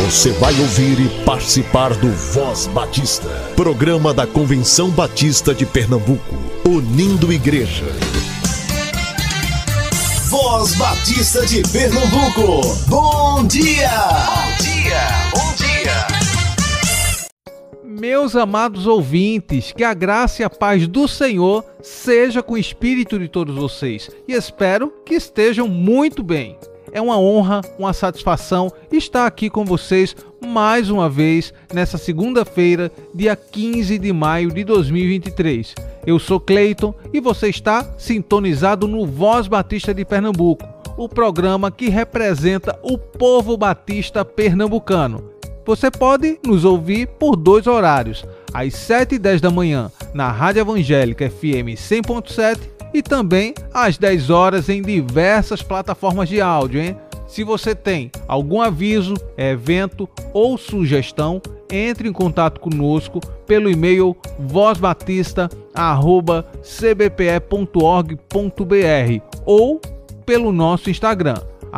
Você vai ouvir e participar do Voz Batista, programa da Convenção Batista de Pernambuco, unindo igreja. Voz Batista de Pernambuco, bom dia! Bom dia, bom dia! Meus amados ouvintes, que a graça e a paz do Senhor seja com o espírito de todos vocês e espero que estejam muito bem. É uma honra, uma satisfação estar aqui com vocês mais uma vez nessa segunda-feira, dia 15 de maio de 2023. Eu sou Cleiton e você está sintonizado no Voz Batista de Pernambuco, o programa que representa o povo batista pernambucano. Você pode nos ouvir por dois horários, às 7h10 da manhã na Rádio Evangélica FM 100.7 e também às 10 horas em diversas plataformas de áudio, hein? Se você tem algum aviso, evento ou sugestão, entre em contato conosco pelo e-mail vozbatista@cbpe.org.br ou pelo nosso Instagram,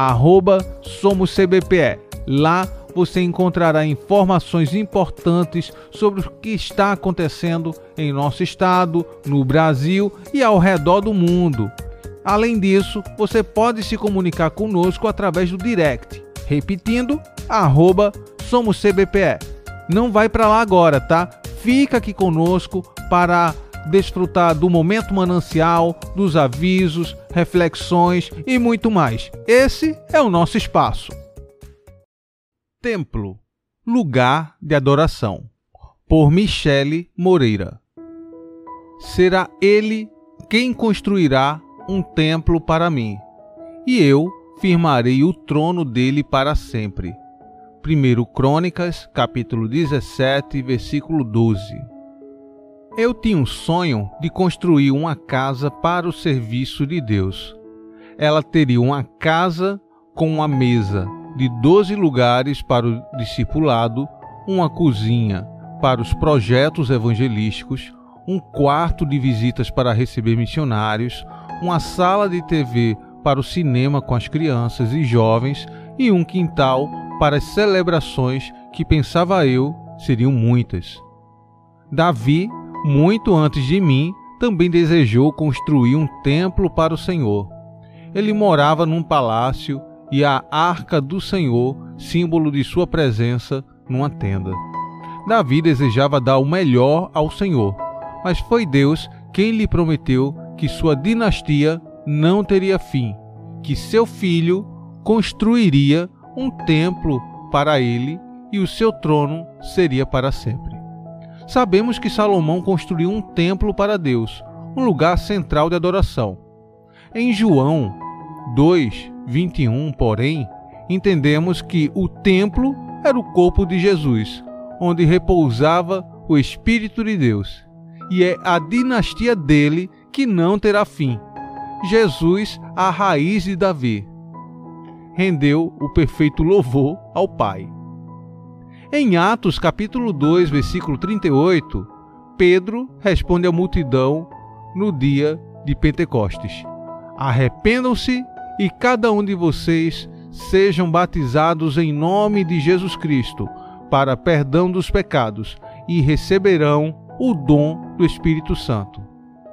@somoscbpe. Lá você encontrará informações importantes sobre o que está acontecendo em nosso estado, no Brasil e ao redor do mundo. Além disso, você pode se comunicar conosco através do direct, repetindo, @somoscbpe. Não vai para lá agora, tá? Fica aqui conosco para desfrutar do momento manancial, dos avisos, reflexões e muito mais. Esse é o nosso espaço. Templo, lugar de adoração, por Michele Moreira. Será ele quem construirá um templo para mim, e eu firmarei o trono dele para sempre. 1 Crônicas, capítulo 17, versículo 12. Eu tinha um sonho de construir uma casa para o serviço de Deus. Ela teria uma casa com uma mesa de 12 lugares para o discipulado, uma cozinha para os projetos evangelísticos, um quarto de visitas para receber missionários, uma sala de TV para o cinema com as crianças e jovens e um quintal para as celebrações que, pensava eu, seriam muitas. Davi, muito antes de mim, também desejou construir um templo para o Senhor. Ele morava num palácio e a arca do Senhor, símbolo de sua presença, numa tenda. Davi desejava dar o melhor ao Senhor, mas foi Deus quem lhe prometeu que sua dinastia não teria fim, que seu filho construiria um templo para ele e o seu trono seria para sempre. Sabemos que Salomão construiu um templo para Deus, um lugar central de adoração. Em João 2:21, porém, entendemos que o templo era o corpo de Jesus, onde repousava o Espírito de Deus, e é a dinastia dele que não terá fim. Jesus, a raiz de Davi, rendeu o perfeito louvor ao Pai. Em Atos capítulo 2, versículo 38, Pedro responde à multidão no dia de Pentecostes: arrependam-se e cada um de vocês sejam batizados em nome de Jesus Cristo para perdão dos pecados e receberão o dom do Espírito Santo.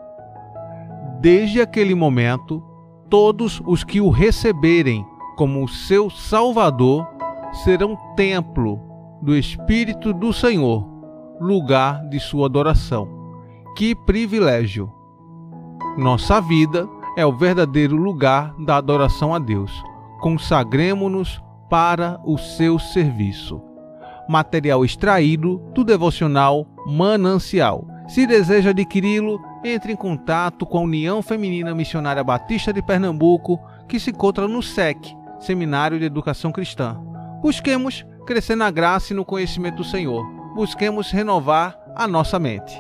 Desde aquele momento, todos os que o receberem como seu Salvador serão templo do Espírito do Senhor, lugar de sua adoração. Que privilégio! Nossa vida é o verdadeiro lugar da adoração a Deus. Consagremo-nos para o seu serviço. Material extraído do devocional Manancial. Se deseja adquiri-lo, entre em contato com a União Feminina Missionária Batista de Pernambuco, que se encontra no SEC, Seminário de Educação Cristã. Busquemos crescer na graça e no conhecimento do Senhor. Busquemos renovar a nossa mente.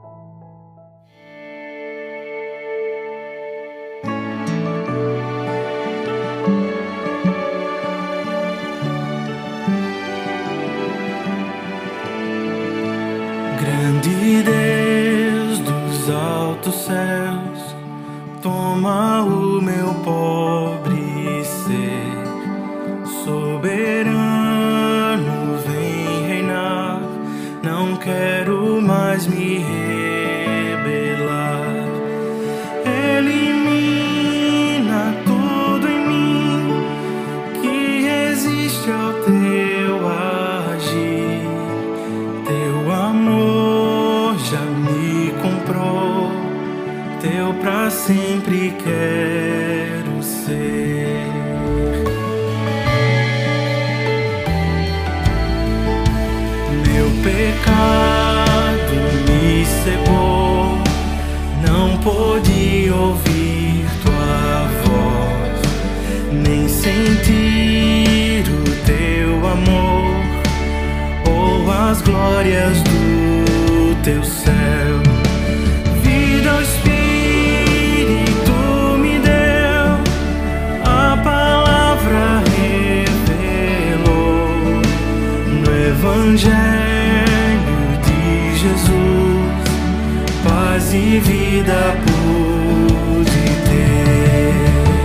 Grande Deus dos altos céus, toma o meu pobre ser, soberano mais me rebelar. Elimina tudo em mim que resiste ao teu agir. Teu amor já me comprou, teu pra sempre quero ser. Meu pecado me cegou, não pude ouvir tua voz, nem sentir o teu amor ou as glórias do teu céu. Vida ao Espírito me deu, a palavra revelou no Evangelho de Jesus, paz e vida pude ter.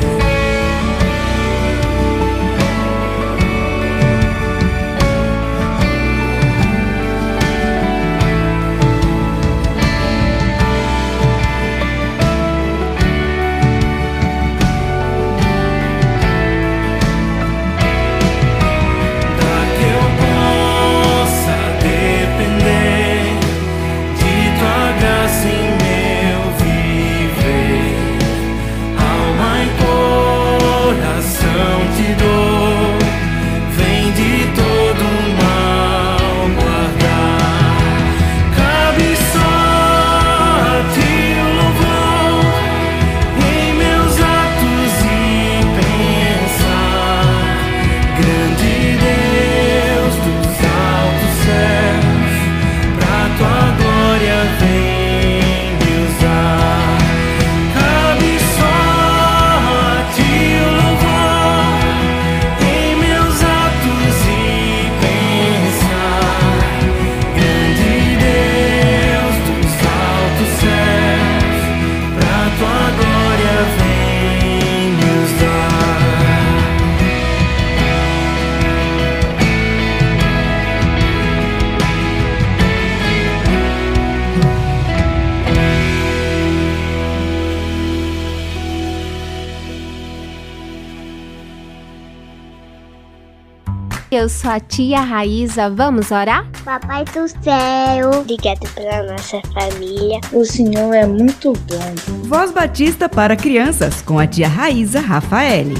Eu sou a tia Raíza, vamos orar? Papai do céu, obrigado pela nossa família. O Senhor é muito bom. Voz Batista para crianças, com a tia Raíza Rafaele.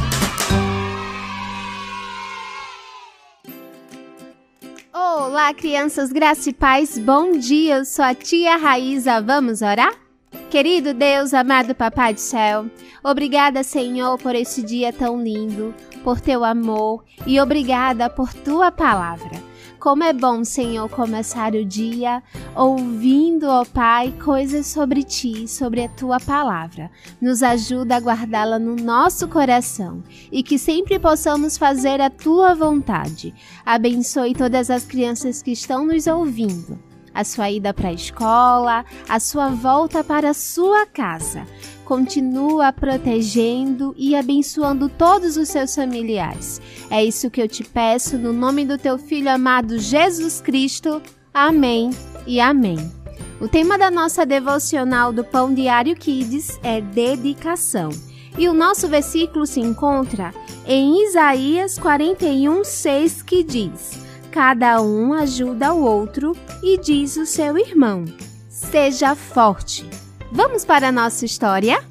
Olá, crianças, graça e paz, bom dia, eu sou a tia Raíza, vamos orar? Querido Deus, amado Papai do céu, obrigada, Senhor, por esse dia tão lindo, por teu amor e obrigada por tua palavra. Como é bom, Senhor, começar o dia ouvindo, ó Pai, coisas sobre ti, sobre a tua palavra. Nos ajuda a guardá-la no nosso coração e que sempre possamos fazer a tua vontade. Abençoe todas as crianças que estão nos ouvindo, a sua ida para a escola, a sua volta para a sua casa. Continua protegendo e abençoando todos os seus familiares. É isso que eu te peço no nome do teu Filho amado Jesus Cristo. Amém e amém. O tema da nossa devocional do Pão Diário Kids é dedicação. E o nosso versículo se encontra em Isaías 41:6, que diz: cada um ajuda o outro e diz o seu irmão: seja forte. Vamos para a nossa história?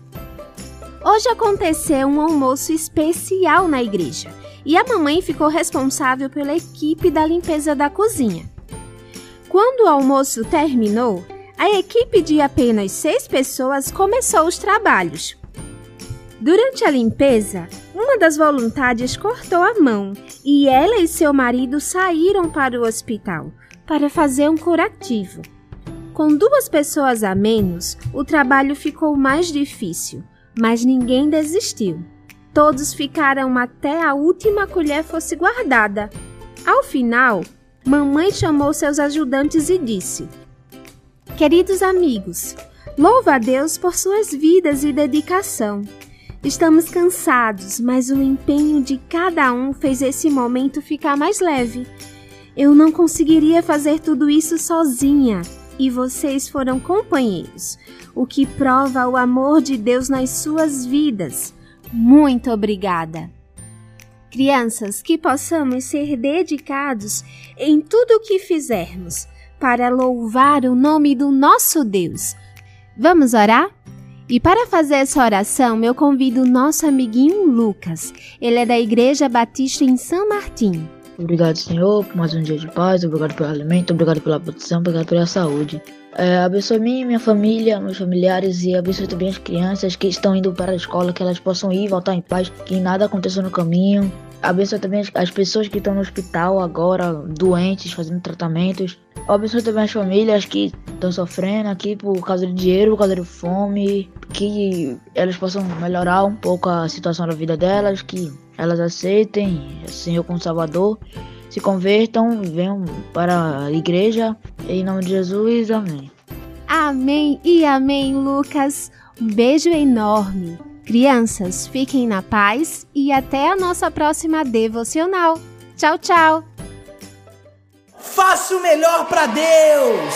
Hoje aconteceu um almoço especial na igreja e a mamãe ficou responsável pela equipe da limpeza da cozinha. Quando o almoço terminou, a equipe de apenas 6 pessoas começou os trabalhos. Durante a limpeza, uma das voluntárias cortou a mão e ela e seu marido saíram para o hospital para fazer um curativo. Com 2 pessoas a menos, o trabalho ficou mais difícil, mas ninguém desistiu. Todos ficaram até a última colher fosse guardada. Ao final, mamãe chamou seus ajudantes e disse: queridos amigos, louvo a Deus por suas vidas e dedicação. Estamos cansados, mas o empenho de cada um fez esse momento ficar mais leve. Eu não conseguiria fazer tudo isso sozinha e vocês foram companheiros, o que prova o amor de Deus nas suas vidas. Muito obrigada. Crianças, que possamos ser dedicados em tudo o que fizermos para louvar o nome do nosso Deus. Vamos orar? E para fazer essa oração, eu convido o nosso amiguinho Lucas. Ele é da Igreja Batista em São Martim. Obrigado, Senhor, por mais um dia de paz. Obrigado pelo alimento, obrigado pela proteção, obrigado pela saúde. Abençoe mim, minha família, meus familiares e abençoe também as crianças que estão indo para a escola, que elas possam ir e voltar em paz, que nada aconteça no caminho. Abençoe também as pessoas que estão no hospital agora, doentes, fazendo tratamentos. Abençoe também as famílias que estão sofrendo aqui por causa de dinheiro, por causa de fome, que elas possam melhorar um pouco a situação da vida delas, que elas aceitem o Senhor como Salvador, se convertam, venham para a igreja. Em nome de Jesus, amém. Amém e amém, Lucas. Um beijo enorme. Crianças, fiquem na paz e até a nossa próxima devocional. Tchau, tchau. Faça o melhor para Deus.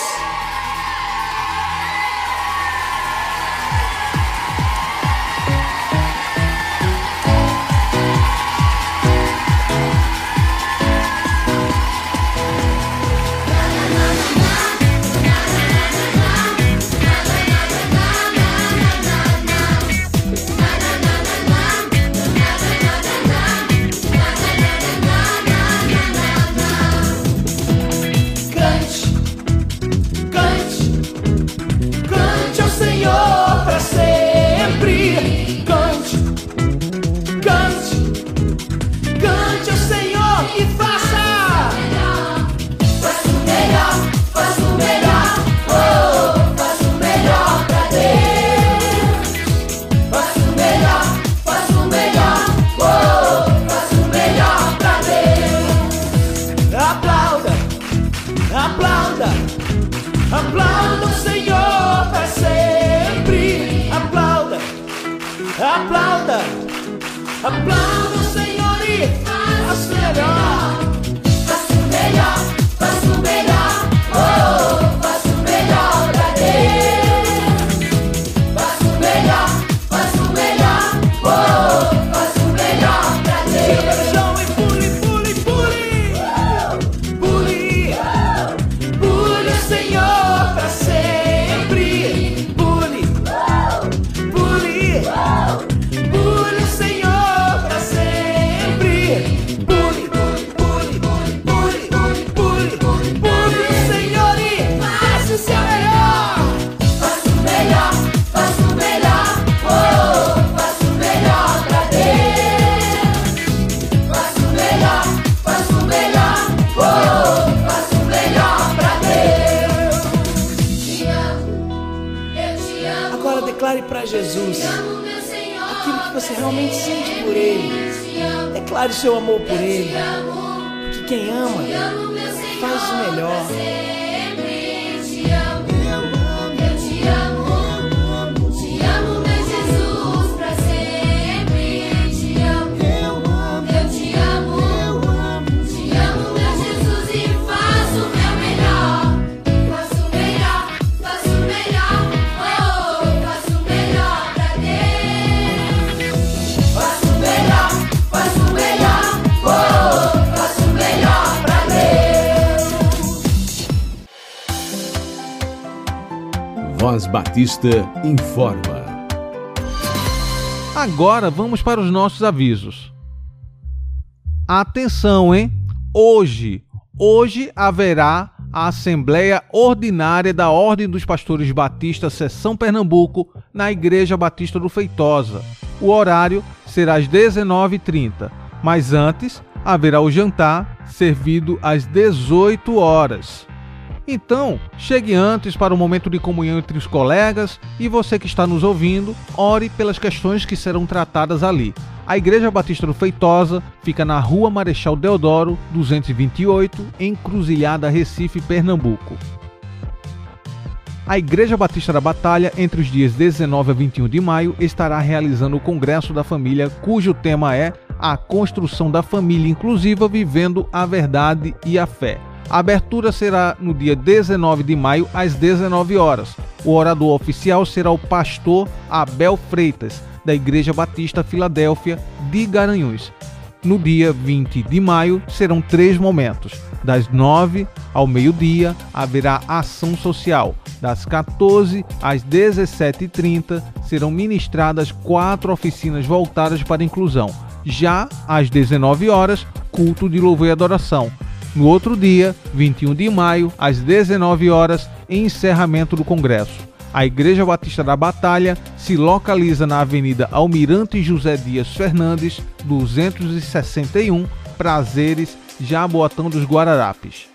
Aplauda o Senhor para sempre. Aplauda, aplauda, aplauda o Senhor e faça o melhor. Faça o melhor, faça o melhor, oh, faça o melhor para Deus. Faça o melhor, oh, faça o melhor para Deus. Chão e pule, pule, pule, pule, pule o Senhor para sempre. Pule, pule, pule o Senhor para sempre. Pule, pule, pule, pule, pule, pule o Senhor e faça o seu melhor. Faça o melhor, faça o melhor, oh, faça o melhor para Deus. Faça o melhor, oh, faça o melhor para Deus. Te amo, eu te amo. Agora declare para Jesus aquilo que você realmente sente por Ele. Declare seu amor por Ele, porque quem ama faz o melhor. Voz Batista informa. Agora vamos para os nossos avisos. Atenção, hein? Hoje haverá a Assembleia Ordinária da Ordem dos Pastores Batistas, Seção Pernambuco, na Igreja Batista do Feitosa. O horário será às 19h30, mas antes haverá o jantar, servido às 18 horas. Então, chegue antes para o momento de comunhão entre os colegas e você que está nos ouvindo, ore pelas questões que serão tratadas ali. A Igreja Batista do Feitosa fica na Rua Marechal Deodoro, 228, Encruzilhada, Recife, Pernambuco. A Igreja Batista da Batalha, entre os dias 19 a 21 de maio, estará realizando o Congresso da Família, cujo tema é a construção da família inclusiva, vivendo a verdade e a fé. A abertura será no dia 19 de maio, às 19 horas. O orador oficial será o pastor Abel Freitas, da Igreja Batista Filadélfia de Garanhuns. No dia 20 de maio, serão 3 momentos. Das 9 ao meio-dia, haverá ação social. Das 14 às 17h30, serão ministradas 4 oficinas voltadas para a inclusão. Já às 19 horas, culto de louvor e adoração. No outro dia, 21 de maio, às 19 horas, encerramento do congresso. A Igreja Batista da Batalha se localiza na Avenida Almirante José Dias Fernandes, 261, Prazeres, Jaboatão dos Guararapes.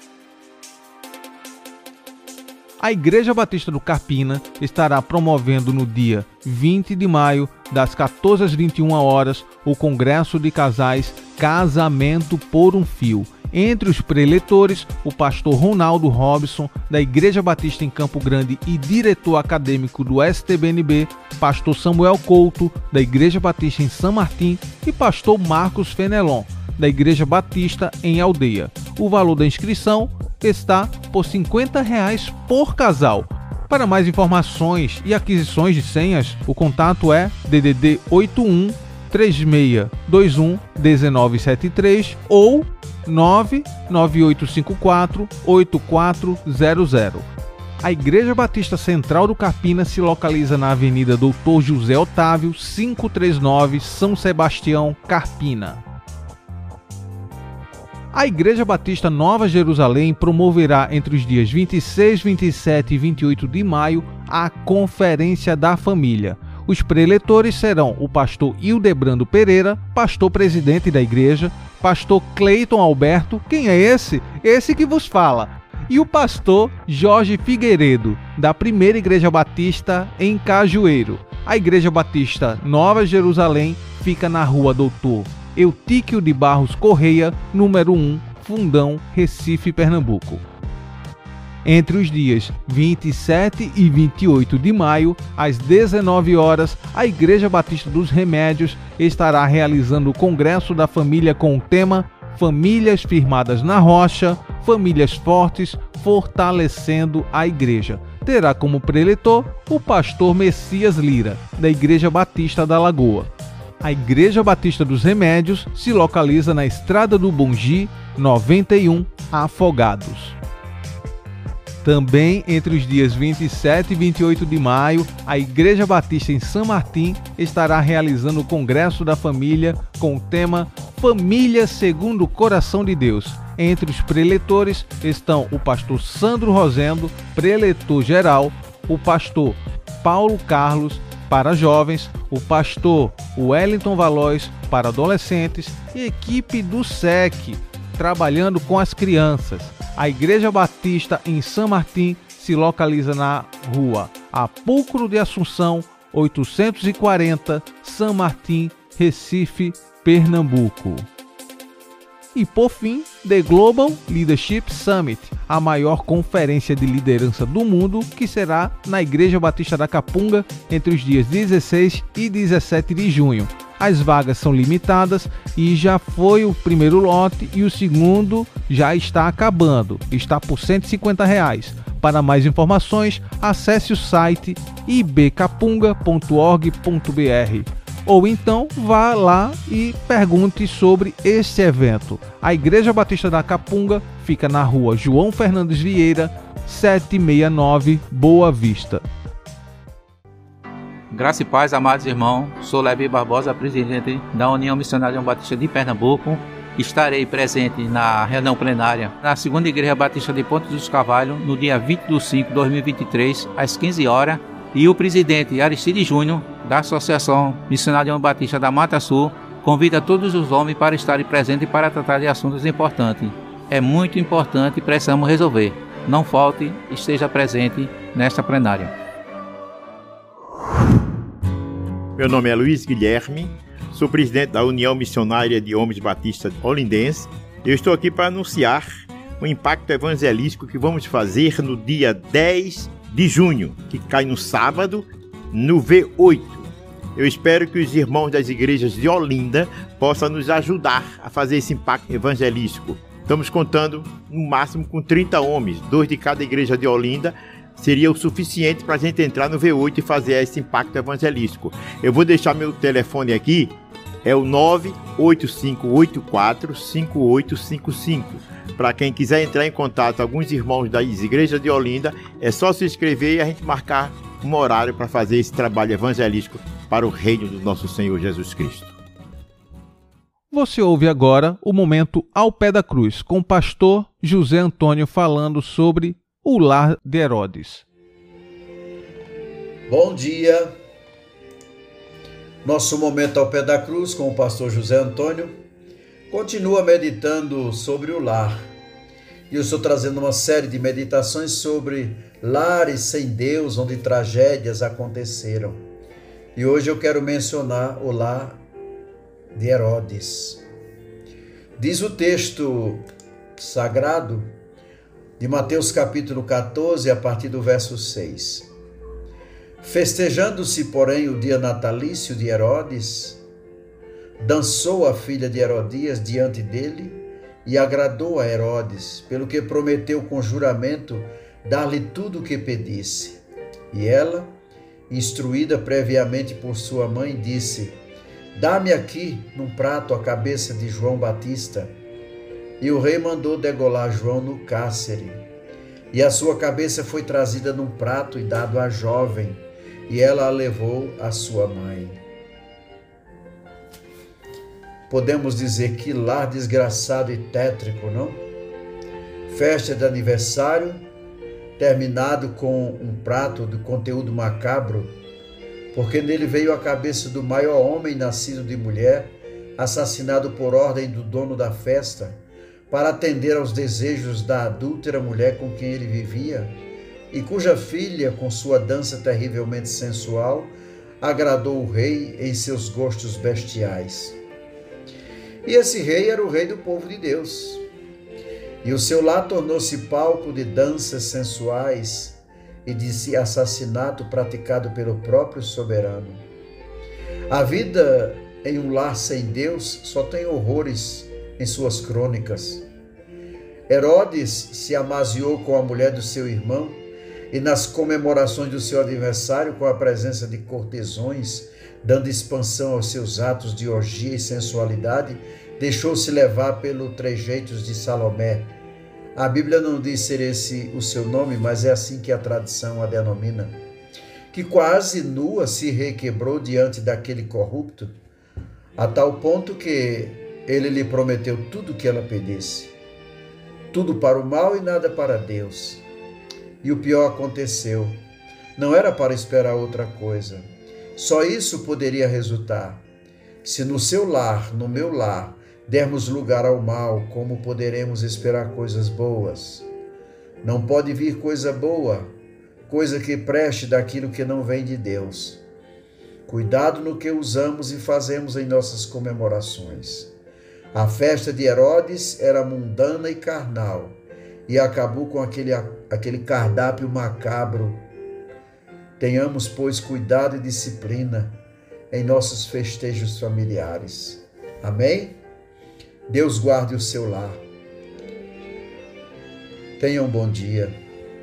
A Igreja Batista do Carpina estará promovendo no dia 20 de maio, das 14 às 21 horas, o Congresso de Casais Casamento por um Fio. Entre os preletores, o pastor Ronaldo Robson, da Igreja Batista em Campo Grande e diretor acadêmico do STBNB, pastor Samuel Couto, da Igreja Batista em São Martim, e pastor Marcos Fenelon, da Igreja Batista em Aldeia. O valor da inscrição está por R$ 50 por casal. Para mais informações e aquisições de senhas, o contato é DDD 81 3621 1973 ou 99854 8400. A Igreja Batista Central do Carpina se localiza na Avenida Doutor José Otávio, 539, São Sebastião, Carpina. A Igreja Batista Nova Jerusalém promoverá entre os dias 26, 27 e 28 de maio a Conferência da Família. Os preletores serão o pastor Hildebrando Pereira, pastor presidente da igreja, pastor Cleiton Alberto, quem é esse? Esse que vos fala, e o pastor Jorge Figueiredo, da Primeira Igreja Batista em Cajueiro. A Igreja Batista Nova Jerusalém fica na rua Doutor Eutíquio de Barros Correia, número 1, Fundão, Recife, Pernambuco. Entre os dias 27 e 28 de maio, às 19 horas, a Igreja Batista dos Remédios estará realizando o Congresso da Família com o tema Famílias Firmadas na Rocha, Famílias Fortes, Fortalecendo a Igreja. Terá como preletor o pastor Messias Lira, da Igreja Batista da Lagoa. A Igreja Batista dos Remédios se localiza na Estrada do Bongi, 91, Afogados. Também entre os dias 27 e 28 de maio, a Igreja Batista em São Martim estará realizando o Congresso da Família com o tema Família segundo o Coração de Deus. Entre os preletores estão o pastor Sandro Rosendo, preletor geral, o pastor Paulo Carlos, para jovens, o pastor Wellington Valois, para adolescentes, e equipe do SEC, trabalhando com as crianças. A Igreja Batista em São Martim se localiza na rua Apulcro de Assunção, 840, São Martim, Recife, Pernambuco. E por fim, The Global Leadership Summit, a maior conferência de liderança do mundo, que será na Igreja Batista da Capunga entre os dias 16 e 17 de junho. As vagas são limitadas e já foi o primeiro lote e o segundo já está acabando, está por R$ 150. Para mais informações, acesse o site ibcapunga.org.br ou então vá lá e pergunte sobre este evento. A Igreja Batista da Capunga fica na rua João Fernandes Vieira, 769, Boa Vista. Graça e paz, amados irmãos. Sou Levi Barbosa, presidente da União Missionária Batista de Pernambuco. Estarei presente na reunião plenária na segunda Igreja Batista de Pontes dos Cavalhos, no dia 20/5 de 2023, às 15 horas. E o presidente Aristide Júnior, da Associação Missionária Batista da Mata Sul, convida todos os homens para estarem presentes para tratar de assuntos importantes. É muito importante e precisamos resolver. Não falte, esteja presente nesta plenária. Meu nome é Luiz Guilherme, sou presidente da União Missionária de Homens Batistas Olindense. Eu estou aqui para anunciar o impacto evangelístico que vamos fazer no dia 10 de junho, que cai no sábado, no V8. Eu espero que os irmãos das igrejas de Olinda possam nos ajudar a fazer esse impacto evangelístico. Estamos contando no máximo com 30 homens, 2 de cada igreja de Olinda. Seria o suficiente para a gente entrar no V8 e fazer esse impacto evangelístico. Eu vou deixar meu telefone aqui, é o 985845855. Para quem quiser entrar em contato, alguns irmãos das igrejas de Olinda, é só se inscrever e a gente marcar um horário para fazer esse trabalho evangelístico para o reino do nosso Senhor Jesus Cristo. Você ouve agora o Momento ao Pé da Cruz, com o pastor José Antônio falando sobre o lar de Herodes. Bom dia! Nosso Momento ao Pé da Cruz com o pastor José Antônio continua meditando sobre o lar. E eu estou trazendo uma série de meditações sobre lares sem Deus, onde tragédias aconteceram. E hoje eu quero mencionar o lar de Herodes. Diz o texto sagrado de Mateus capítulo 14, a partir do verso 6. Festejando-se, porém, o dia natalício de Herodes, dançou a filha de Herodias diante dele e agradou a Herodes, pelo que prometeu com juramento dar-lhe tudo o que pedisse. E ela, instruída previamente por sua mãe, disse: dá-me aqui num prato a cabeça de João Batista. E o rei mandou degolar João no cárcere. E a sua cabeça foi trazida num prato e dado à jovem, e ela a levou à sua mãe. Podemos dizer que lar desgraçado e tétrico, não? Festa de aniversário, terminado com um prato de conteúdo macabro, porque nele veio a cabeça do maior homem nascido de mulher, assassinado por ordem do dono da festa, para atender aos desejos da adúltera mulher com quem ele vivia, e cuja filha, com sua dança terrivelmente sensual, agradou o rei em seus gostos bestiais. E esse rei era o rei do povo de Deus, e o seu lar tornou-se palco de danças sensuais e de assassinato praticado pelo próprio soberano. A vida em um lar sem Deus só tem horrores em suas crônicas. Herodes se amaziou com a mulher do seu irmão e nas comemorações do seu aniversário, com a presença de cortesões, dando expansão aos seus atos de orgia e sensualidade, deixou-se levar pelo trejeitos de Salomé. A Bíblia não diz ser esse o seu nome, mas é assim que a tradição a denomina. Que quase nua se requebrou diante daquele corrupto, a tal ponto que ele lhe prometeu tudo o que ela pedisse. Tudo para o mal e nada para Deus. E o pior aconteceu. Não era para esperar outra coisa. Só isso poderia resultar. Se no seu lar, no meu lar, dermos lugar ao mal, como poderemos esperar coisas boas? Não pode vir coisa boa, coisa que preste daquilo que não vem de Deus. Cuidado no que usamos e fazemos em nossas comemorações. A festa de Herodes era mundana e carnal, e acabou com aquele cardápio macabro. Tenhamos, pois, cuidado e disciplina em nossos festejos familiares. Amém? Deus guarde o seu lar. Tenha um bom dia.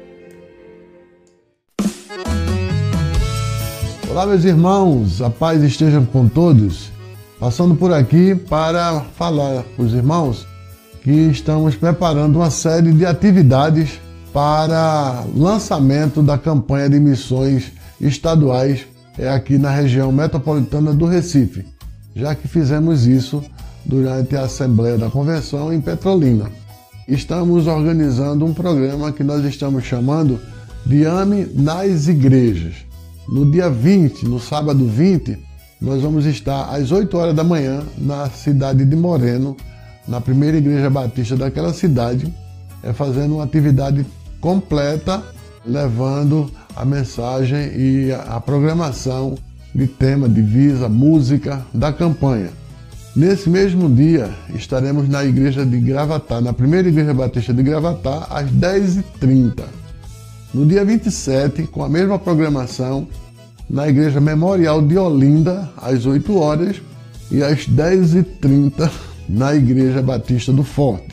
Olá, meus irmãos, a paz esteja com todos. Passando por aqui para falar para os irmãos que estamos preparando uma série de atividades para lançamento da campanha de missões estaduais aqui na região metropolitana do Recife, já que fizemos isso durante a Assembleia da Convenção em Petrolina. Estamos organizando um programa que nós estamos chamando de AME nas Igrejas. No dia 20, no sábado 20, nós vamos estar às 8 horas da manhã na cidade de Moreno, na primeira igreja batista daquela cidade, fazendo uma atividade completa, levando a mensagem e a programação de tema, divisa, música da campanha. Nesse mesmo dia, estaremos na igreja de Gravatá, na primeira igreja batista de Gravatá, às 10h30. No dia 27, com a mesma programação, na Igreja Memorial de Olinda, às 8 horas, e às 10h30, na Igreja Batista do Forte.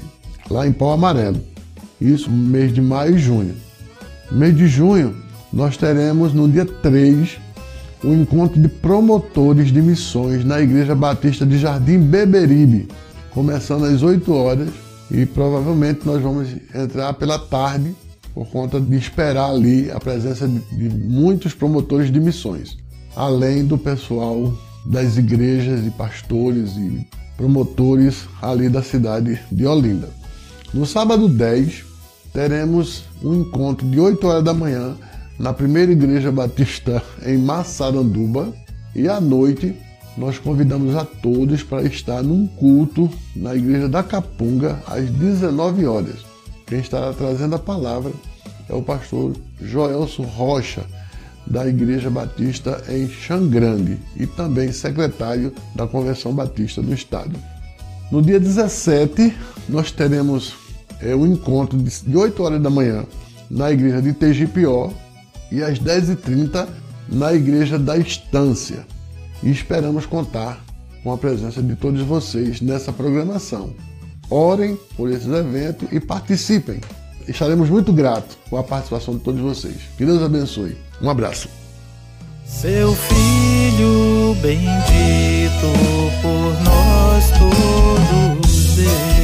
lá em Pau Amarelo. Isso no mês de maio e junho. No mês de junho, nós teremos no dia 3 o encontro de promotores de missões na Igreja Batista de Jardim Beberibe, começando às 8 horas, e provavelmente nós vamos entrar pela tarde por conta de esperar ali a presença de muitos promotores de missões, além do pessoal das igrejas e pastores e promotores ali da cidade de Olinda. No sábado 10, teremos um encontro de 8 horas da manhã na primeira igreja batista em Massaranduba, e à noite nós convidamos a todos para estar num culto na igreja da Capunga às 19 horas. Quem estará trazendo a palavra é o pastor Joelson Rocha, da Igreja Batista em Xangrande, e também secretário da Convenção Batista do Estado. No dia 17, nós teremos um encontro de 8 horas da manhã na igreja de Tegipió e às 10h30 na igreja da Estância. E esperamos contar com a presença de todos vocês nessa programação. Orem por esses eventos e participem. Estaremos muito gratos com a participação de todos vocês. Que Deus abençoe. Um abraço. Seu Filho bendito por nós todos deu.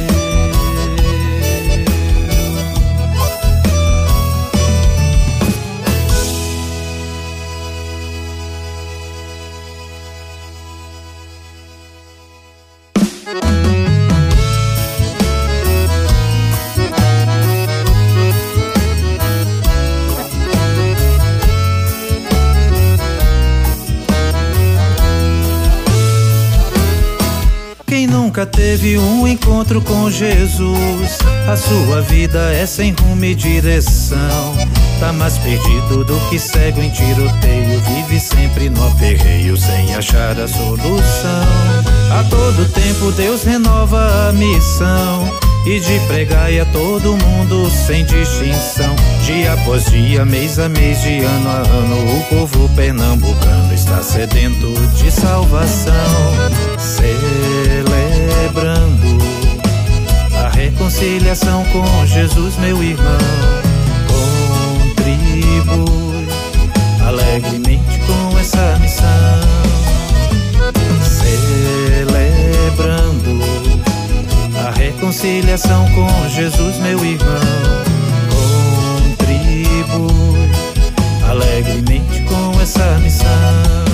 Nunca teve um encontro com Jesus, a sua vida é sem rumo e direção. Tá mais perdido do que cego em tiroteio, vive sempre no aperreio sem achar a solução. A todo tempo Deus renova a missão, e de pregar a todo mundo sem distinção. Dia após dia, mês a mês, de ano a ano, o povo pernambucano está sedento de salvação, celebrando a reconciliação com Jesus, meu irmão. Contribui alegremente com essa missão, celebrando a reconciliação com Jesus, meu irmão. Contribui alegremente com essa missão.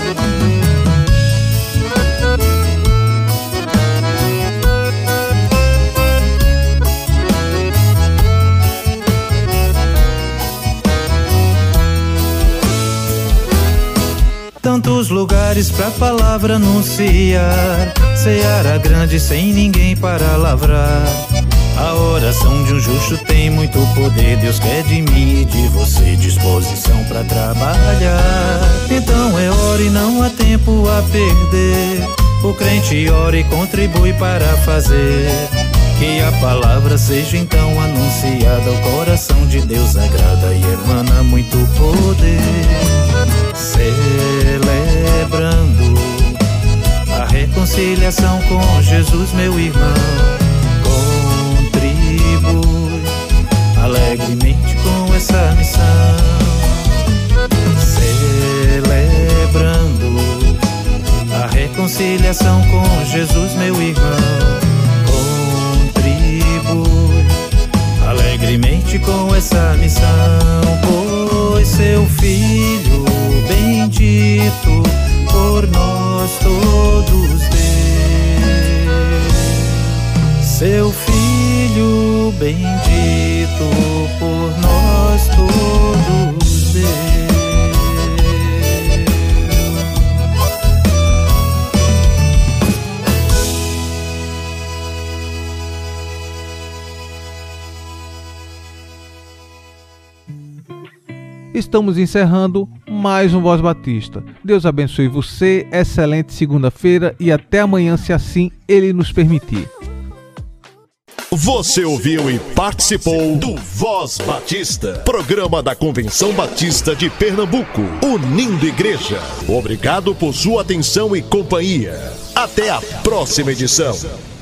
Tantos lugares pra palavra anunciar, seara grande sem ninguém para lavrar. A oração de um justo tem muito poder, Deus quer de mim e de você disposição pra trabalhar. Então ore, não há tempo a perder, o crente ora e contribui para fazer que a palavra seja então anunciada. O coração de Deus agrada e emana muito poder, celebrando a reconciliação com Jesus, meu irmão. Contribui alegremente com essa missão, celebrando a reconciliação com Jesus, meu irmão. Contribui alegremente com essa missão, pois seu Filho bendito por nós todos deu. Seu Filho bendito por nós todos deu. Estamos encerrando mais um Voz Batista. Deus abençoe você, excelente segunda-feira e até amanhã, se assim Ele nos permitir. Você ouviu e participou do Voz Batista, programa da Convenção Batista de Pernambuco, unindo igreja. Obrigado por sua atenção e companhia. Até a próxima edição.